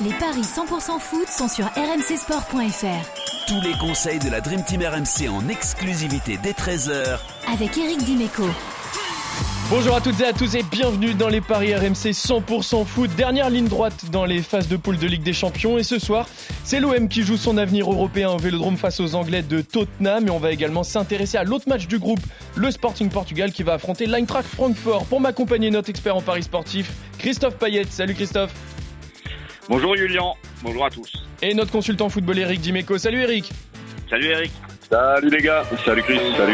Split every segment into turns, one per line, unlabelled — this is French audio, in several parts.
Les paris 100% foot sont sur rmcsport.fr.
Tous les conseils de la Dream Team RMC en exclusivité dès 13h
avec Eric Dimeco.
Bonjour à toutes et à tous et bienvenue dans les paris RMC 100% foot. Dernière ligne droite dans les phases de poule de Ligue des Champions. Et ce soir, c'est l'OM qui joue son avenir européen au Vélodrome face aux Anglais de Tottenham. Et on va également s'intéresser à l'autre match du groupe, le Sporting Portugal, qui va affronter l'Eintracht Francfort. Pour m'accompagner, notre expert en paris sportif, Christophe Payet. Salut Christophe.
Bonjour Julien, bonjour à tous.
Et notre consultant football Eric Dimeco. Salut Eric.
Salut Eric.
Salut les gars, salut Chris, salut.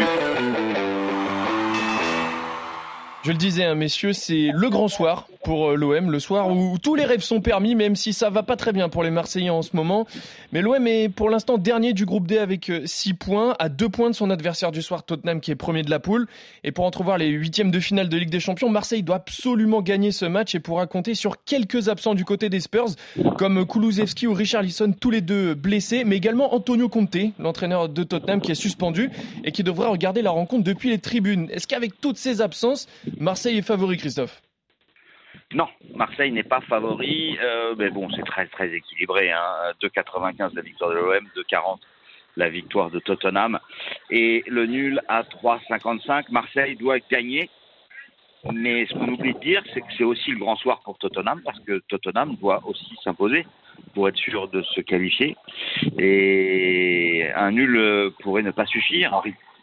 Je le disais, messieurs, c'est le grand soir pour l'OM, le soir où tous les rêves sont permis, même si ça va pas très bien pour les Marseillais en ce moment. Mais l'OM est pour l'instant dernier du groupe D avec 6 points, à 2 points de son adversaire du soir, Tottenham, qui est premier de la poule. Et pour entrevoir les huitièmes de finale de Ligue des Champions, Marseille doit absolument gagner ce match et pourra compter sur quelques absents du côté des Spurs, comme Kulusevski ou Richarlison, tous les deux blessés, mais également Antonio Conte, l'entraîneur de Tottenham, qui est suspendu et qui devra regarder la rencontre depuis les tribunes. Est-ce qu'avec toutes ces absences, Marseille est favori, Christophe?
Non, Marseille n'est pas favori, mais bon, c'est très très équilibré. 2,95 la victoire de l'OM, 2,40 la victoire de Tottenham. Et le nul à 3,55. Marseille doit gagner. Mais ce qu'on oublie de dire, c'est que c'est aussi le grand soir pour Tottenham, parce que Tottenham doit aussi s'imposer pour être sûr de se qualifier. Et un nul pourrait ne pas suffire.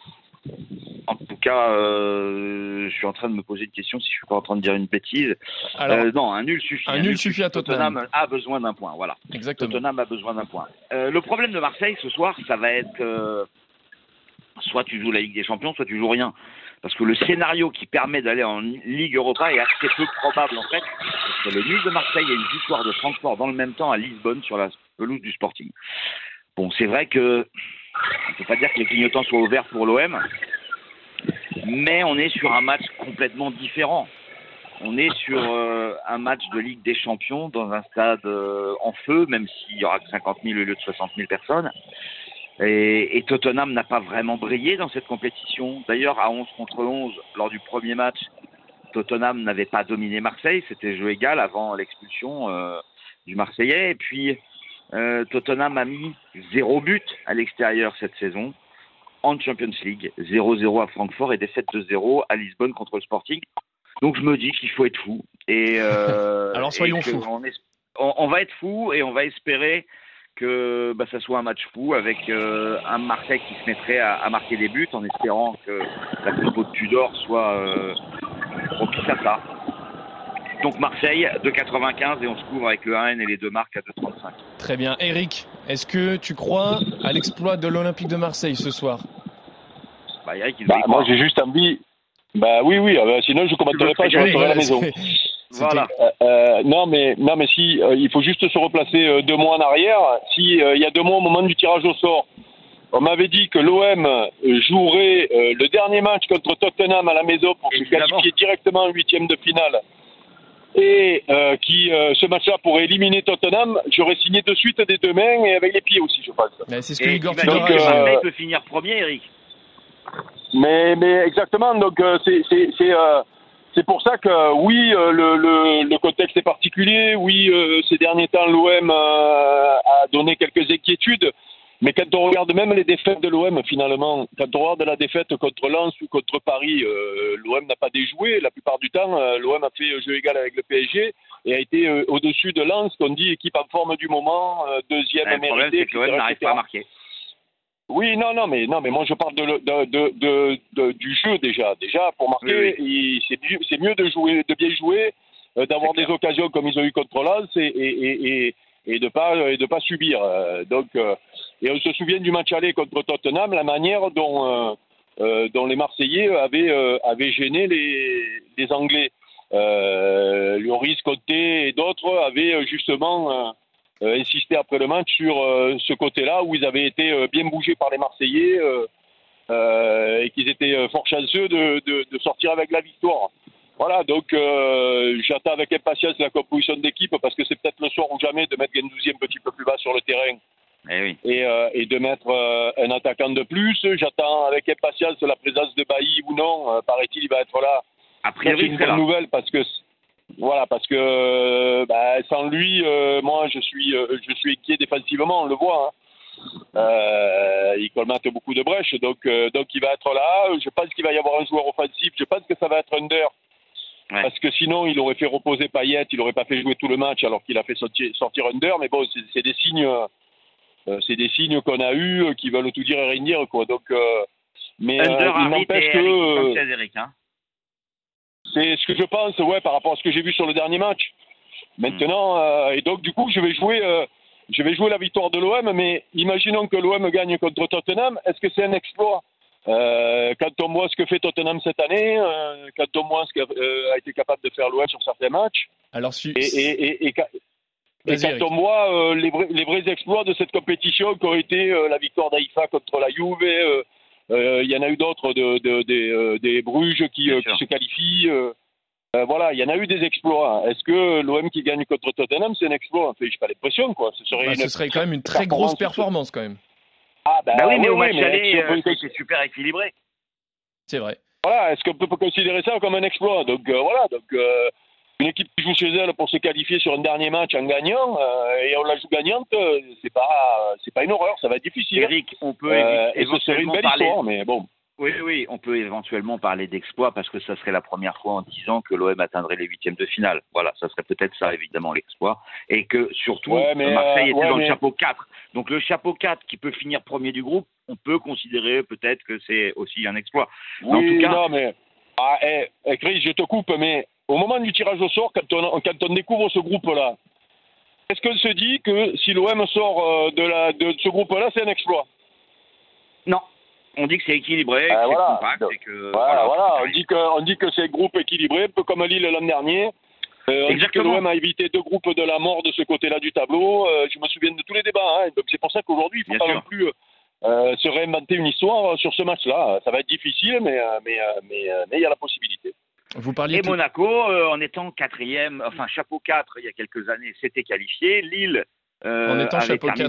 En tout cas, je suis en train de me poser une question si je suis pas en train de dire une bêtise. Alors, non, un nul suffit.
Un nul suffit à Tottenham.
Tottenham a besoin d'un point, voilà.
Exactement.
Tottenham a besoin d'un point. Le problème de Marseille ce soir, ça va être soit tu joues la Ligue des Champions, soit tu joues rien. Parce que le scénario qui permet d'aller en Ligue Europa est assez peu probable en fait. Parce que le nul de Marseille et une victoire de Francfort dans le même temps à Lisbonne sur la pelouse du Sporting. Bon, c'est vrai que on ne peut pas dire que les clignotants soient ouverts pour l'OM, mais on est sur un match complètement différent. On est sur un match de Ligue des Champions dans un stade en feu, même s'il y aura que 50 000 au lieu de 60 000 personnes. Et Tottenham n'a pas vraiment brillé dans cette compétition. D'ailleurs, à 11 contre 11, lors du premier match, Tottenham n'avait pas dominé Marseille. C'était jeu égal avant l'expulsion du Marseillais. Et puis, Tottenham a mis 0 but à l'extérieur cette saison en Champions League, 0-0 à Francfort et défaite 2-0 à Lisbonne contre le Sporting. Donc je me dis qu'il faut être fou. Et
alors soyons fous.
On va être fou et on va espérer que ça soit un match fou avec un Marseille qui se mettrait à marquer des buts en espérant que la compo de Tudor soit propice à ça. Donc Marseille, 2,95 et on se couvre avec le 1N et les deux marques à 2,35.
Très bien. Eric, est-ce que tu crois à l'exploit de l'Olympique de Marseille ce soir?
Eric,
moi j'ai juste envie. Oui, sinon je ne commenterai pas, je resterai à la maison.
Voilà.
Non mais si il faut juste se replacer 2 mois en arrière. Si il y a 2 mois au moment du tirage au sort, on m'avait dit que l'OM jouerait le dernier match contre Tottenham à la maison pour se qualifier directement en 8e de finale. Et ce match-là pourrait éliminer Tottenham, j'aurais signé de suite des 2 mains et avec les pieds aussi, je pense.
Mais c'est ce que Igor
Marseille peut finir premier, Eric.
Mais exactement, donc c'est pour ça que oui, le contexte est particulier, oui, ces derniers temps l'OM a donné quelques inquiétudes, mais quand on regarde même les défaites de l'OM finalement, quand on regarde la défaite contre Lens ou contre Paris, l'OM n'a pas déjoué, la plupart du temps l'OM a fait jeu égal avec le PSG et a été au-dessus de Lens, qu'on dit équipe en forme du moment, deuxième mérité.
Le problème c'est que l'OM n'arrive pas à marquer.
Oui, non, mais moi je parle du jeu déjà. Déjà pour marquer, oui. C'est mieux de bien jouer, d'avoir des occasions comme ils ont eu contre Lens et de pas subir. Et on se souvient du match aller contre Tottenham, la manière dont les Marseillais avaient gêné les Anglais. Lloris, Conté et d'autres avaient justement insisté après le match sur ce côté-là où ils avaient été bien bougés par les Marseillais et qu'ils étaient fort chanceux de sortir avec la victoire. Voilà, donc j'attends avec impatience la composition d'équipe parce que c'est peut-être le soir ou jamais de mettre Guendouzi un petit peu plus bas sur le terrain et de mettre un attaquant de plus. J'attends avec impatience la présence de Bailly ou non. Paraît-il, il va être là.
A priori,
c'est une bonne nouvelle parce que Voilà, parce que sans lui, moi je suis inquiet défensivement, on le voit. Il colmate beaucoup de brèches, donc il va être là. Je pense qu'il va y avoir un joueur offensif. Je pense que ça va être Under. Ouais. Parce que sinon, il aurait fait reposer Payet, il n'aurait pas fait jouer tout le match alors qu'il a fait sortir Under. Mais bon, c'est des signes qu'on a eus qui veulent tout dire et rien dire, quoi. Donc, mais il n'empêche que
Eric, hein.
C'est ce que je pense, ouais, par rapport à ce que j'ai vu sur le dernier match. Maintenant, et donc du coup, je vais jouer la victoire de l'OM, mais imaginons que l'OM gagne contre Tottenham, est-ce que c'est un exploit? Quand on voit ce que fait Tottenham cette année, quand on voit ce qu'a été capable de faire l'OM sur certains matchs,
alors,
quand on voit les vrais exploits de cette compétition qui ont été la victoire d'Haïfa contre la Juve, il y en a eu d'autres des Bruges qui se qualifient. Voilà, il y en a eu des exploits. Est-ce que l'OM qui gagne contre Tottenham, c'est un exploit? Enfin, j'ai pas l'impression, quoi. Ce
serait quand même une très grosse performance, quand même.
Oui, mais au match aller, c'est super équilibré.
C'est vrai.
Voilà, est-ce qu'on peut considérer ça comme un exploit? Donc voilà, une équipe qui joue chez elle pour se qualifier sur un dernier match en gagnant, et on la joue gagnante, c'est pas une horreur, ça va être difficile.
Eric, on peut
et ce serait une belle histoire, mais bon.
Oui, on peut éventuellement parler d'exploit parce que ça serait la première fois en 10 ans que l'OM atteindrait les huitièmes de finale. Voilà, ça serait peut-être ça, évidemment, l'exploit. Et que, surtout, Marseille était dans le chapeau 4. Donc, le chapeau 4 qui peut finir premier du groupe, on peut considérer peut-être que c'est aussi un exploit.
Oui, en tout cas, non, mais... Chris, je te coupe, mais au moment du tirage au sort, quand on découvre ce groupe-là, est-ce qu'on se dit que si l'OM sort de ce groupe-là, c'est un exploit?
Non. On dit que c'est équilibré, que c'est compact. Et que,
voilà. On dit que c'est un groupe équilibré, un peu comme Lille l'an dernier. On dit que l'OM a évité 2 groupes de la mort de ce côté-là du tableau. Je me souviens de tous les débats. Donc c'est pour ça qu'aujourd'hui, il ne faut pas non plus se réinventer une histoire sur ce match-là. Ça va être difficile, mais il y a la possibilité.
Vous parliez
Monaco, en étant chapeau 4 il y a quelques années, s'était qualifié. Lille
en étant chapeau 4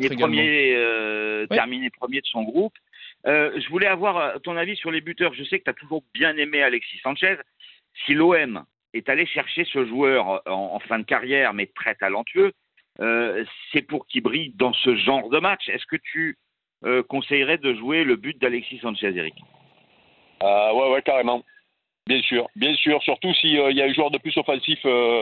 terminé premier de son groupe. Je voulais avoir ton avis sur les buteurs. Je sais que tu as toujours bien aimé Alexis Sanchez. Si l'OM est allé chercher ce joueur en fin de carrière, mais très talentueux, c'est pour qu'il brille dans ce genre de match. Est-ce que tu conseillerais de jouer le but d'Alexis Sanchez, Eric?
Ouais, carrément. Bien sûr. Surtout s'il y a un joueur de plus offensif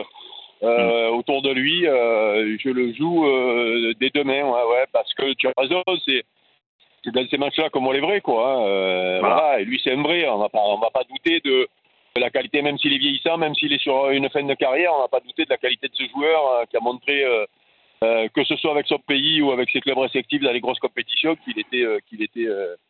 autour de lui, je le joue dès demain. Ouais, parce que tu as raison, c'est dans ces matchs-là comme on les vrais, quoi. Voilà. Et lui, c'est un vrai. On va pas douter de la qualité, même s'il est vieillissant, même s'il est sur une fin de carrière, on va pas douter de la qualité de ce joueur qui a montré, que ce soit avec son pays ou avec ses clubs respectifs dans les grosses compétitions, qu'il était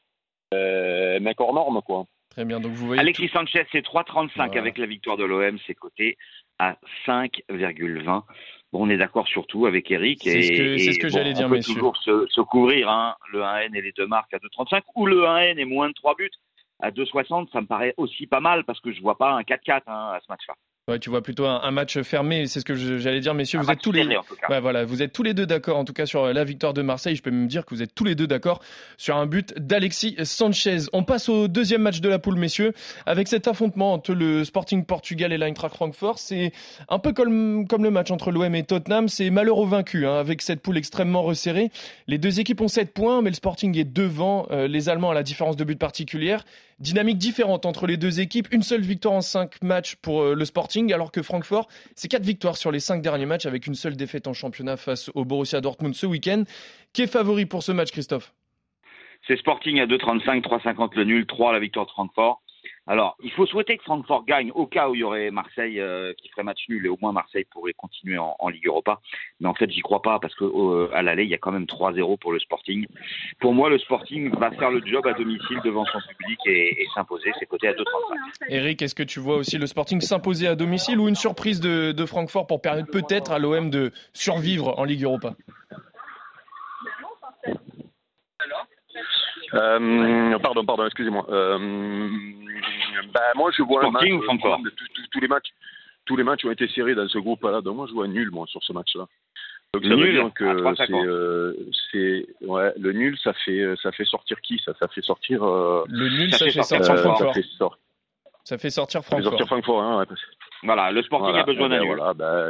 un mec hors norme, quoi.
Très bien. Donc vous voyez
Alexis Sanchez, c'est 3,35 avec la victoire de l'OM, c'est coté à 5,20. Bon, on est d'accord surtout avec Eric.
C'est ce que j'allais dire, messieurs.
On peut toujours se couvrir, le 1N et les 2 marques à 2,35, ou le 1N et moins de 3 buts à 2,60. Ça me paraît aussi pas mal parce que je vois pas un 4-4 à ce match-là.
Ouais, tu vois plutôt un match fermé, c'est ce que j'allais dire, messieurs. Vous êtes tous
serré, en tout cas.
Vous êtes tous les deux d'accord, en tout cas sur la victoire de Marseille. Je peux même dire que vous êtes tous les deux d'accord sur un but d'Alexis Sanchez. On passe au deuxième match de la poule, messieurs, avec cet affrontement entre le Sporting Portugal et l'Eintracht Francfort. C'est un peu comme le match entre l'OM et Tottenham. C'est malheur au vaincu, avec cette poule extrêmement resserrée. Les deux équipes ont 7 points, mais le Sporting est devant les Allemands à la différence de but particulière. Dynamique différente entre les deux équipes. Une seule victoire en 5 matchs pour le Sporting, alors que Francfort, c'est 4 victoires sur les 5 derniers matchs avec une seule défaite en championnat face au Borussia Dortmund ce week-end. Qui est favori pour ce match, Christophe?
C'est Sporting à 2,35, 3,50 le nul, 3 la victoire de Francfort. Alors, il faut souhaiter que Francfort gagne au cas où il y aurait Marseille qui ferait match nul et au moins Marseille pourrait continuer en Ligue Europa. Mais en fait, j'y crois pas parce que à l'aller, il y a quand même 3-0 pour le Sporting. Pour moi, le Sporting va faire le job à domicile devant son public et s'imposer. C'est coté à 2,35.
Eric, est-ce que tu vois aussi le Sporting s'imposer à domicile ou une surprise de Francfort pour permettre peut-être à l'OM de survivre en Ligue Europa?
Pardon, excusez-moi. Moi, je vois
Sporting
un
match. Ou Francfort
tous les matchs ont été serrés dans ce groupe-là. Donc moi, je vois nul, sur ce match-là. Donc ça
nul,
veut dire que le nul, ça fait sortir qui? Ça fait sortir.
Le nul, ça fait sortir Francfort. Ça fait sortir
Ça fait
Francfort.
sortir Francfort, hein, ouais.
Voilà, le Sporting a besoin d'un nul.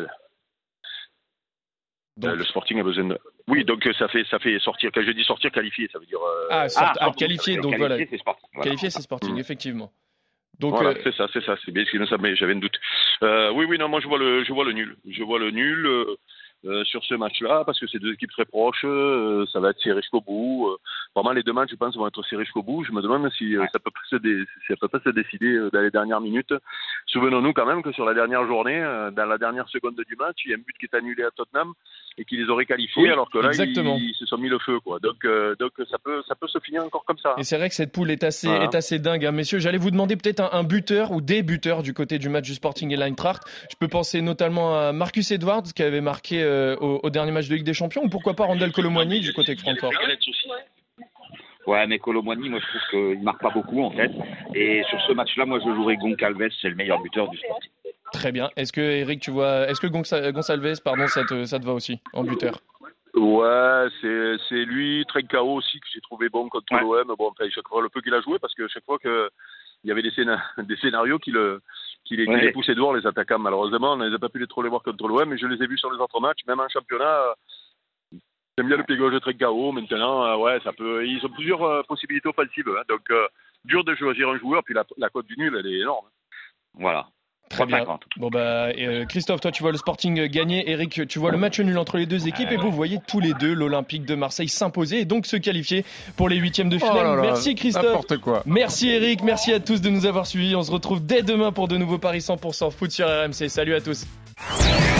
Donc-
le Sporting a besoin de... Oui, donc ça fait sortir, quand je dis sortir, qualifier, ça veut dire...
Qualifié, donc
qualifié,
voilà.
c'est Sporting. Voilà.
Qualifié, c'est Sporting, effectivement. Donc,
Voilà, c'est ça, c'est bien, mais j'avais un doute. Oui, non, moi je vois le nul. Je vois le nul sur ce match-là, parce que c'est deux équipes très proches, ça va être serré jusqu'au bout. Vraiment, les deux matchs, je pense, vont être serrés jusqu'au bout. Je me demande si ça peut pas se décider dans les dernières minutes. Souvenons-nous quand même que sur la dernière journée, dans la dernière seconde du match, il y a un but qui est annulé à Tottenham et qui les aurait qualifiés,
Oui,
alors que là,
exactement.
ils se sont mis le feu, quoi. Donc ça peut se finir encore comme ça.
et c'est vrai que cette poule est assez,
Voilà.
est assez dingue, hein. Messieurs. J'allais vous demander peut-être un buteur ou des buteurs du côté du match du Sporting et l'Eintracht. Je peux penser notamment à Marcus Edwards qui avait marqué au dernier match de Ligue des Champions, ou pourquoi pas Randal Kolo Muani du côté de Francfort.
Ouais, mais Kolo Muani, moi je trouve qu'il marque pas beaucoup en fait. Et sur ce match-là, moi je jouerais Goncalves, c'est le meilleur buteur du Sporting.
Très bien. Est-ce que Eric, est-ce que Gonçalves, ça te va aussi en buteur?
Ouais, c'est lui, Trincao aussi, que j'ai trouvé bon contre l'OM. Bon, enfin, chaque fois, le peu qu'il a joué, parce que chaque fois qu'il y avait des scénarios qui les poussaient dehors, les attaquants. Malheureusement, on n'a pas pu trop les voir contre l'OM, mais je les ai vus sur les autres matchs, même en championnat. J'aime bien le pied gauche de Trincao. Maintenant, ils ont plusieurs possibilités offensives. Hein, donc, dur de choisir un joueur, puis la cote du nul, elle est énorme.
Voilà.
Très bien.
3,50.
Bon Christophe, toi tu vois le Sporting gagner. Eric, tu vois le match nul entre les deux équipes et vous voyez tous les deux l'Olympique de Marseille s'imposer et donc se qualifier pour les huitièmes de finale. Merci Christophe.
N'importe quoi.
Merci Eric, merci à tous de nous avoir suivis. On se retrouve dès demain pour de nouveaux paris 100% foot sur RMC. Salut à tous.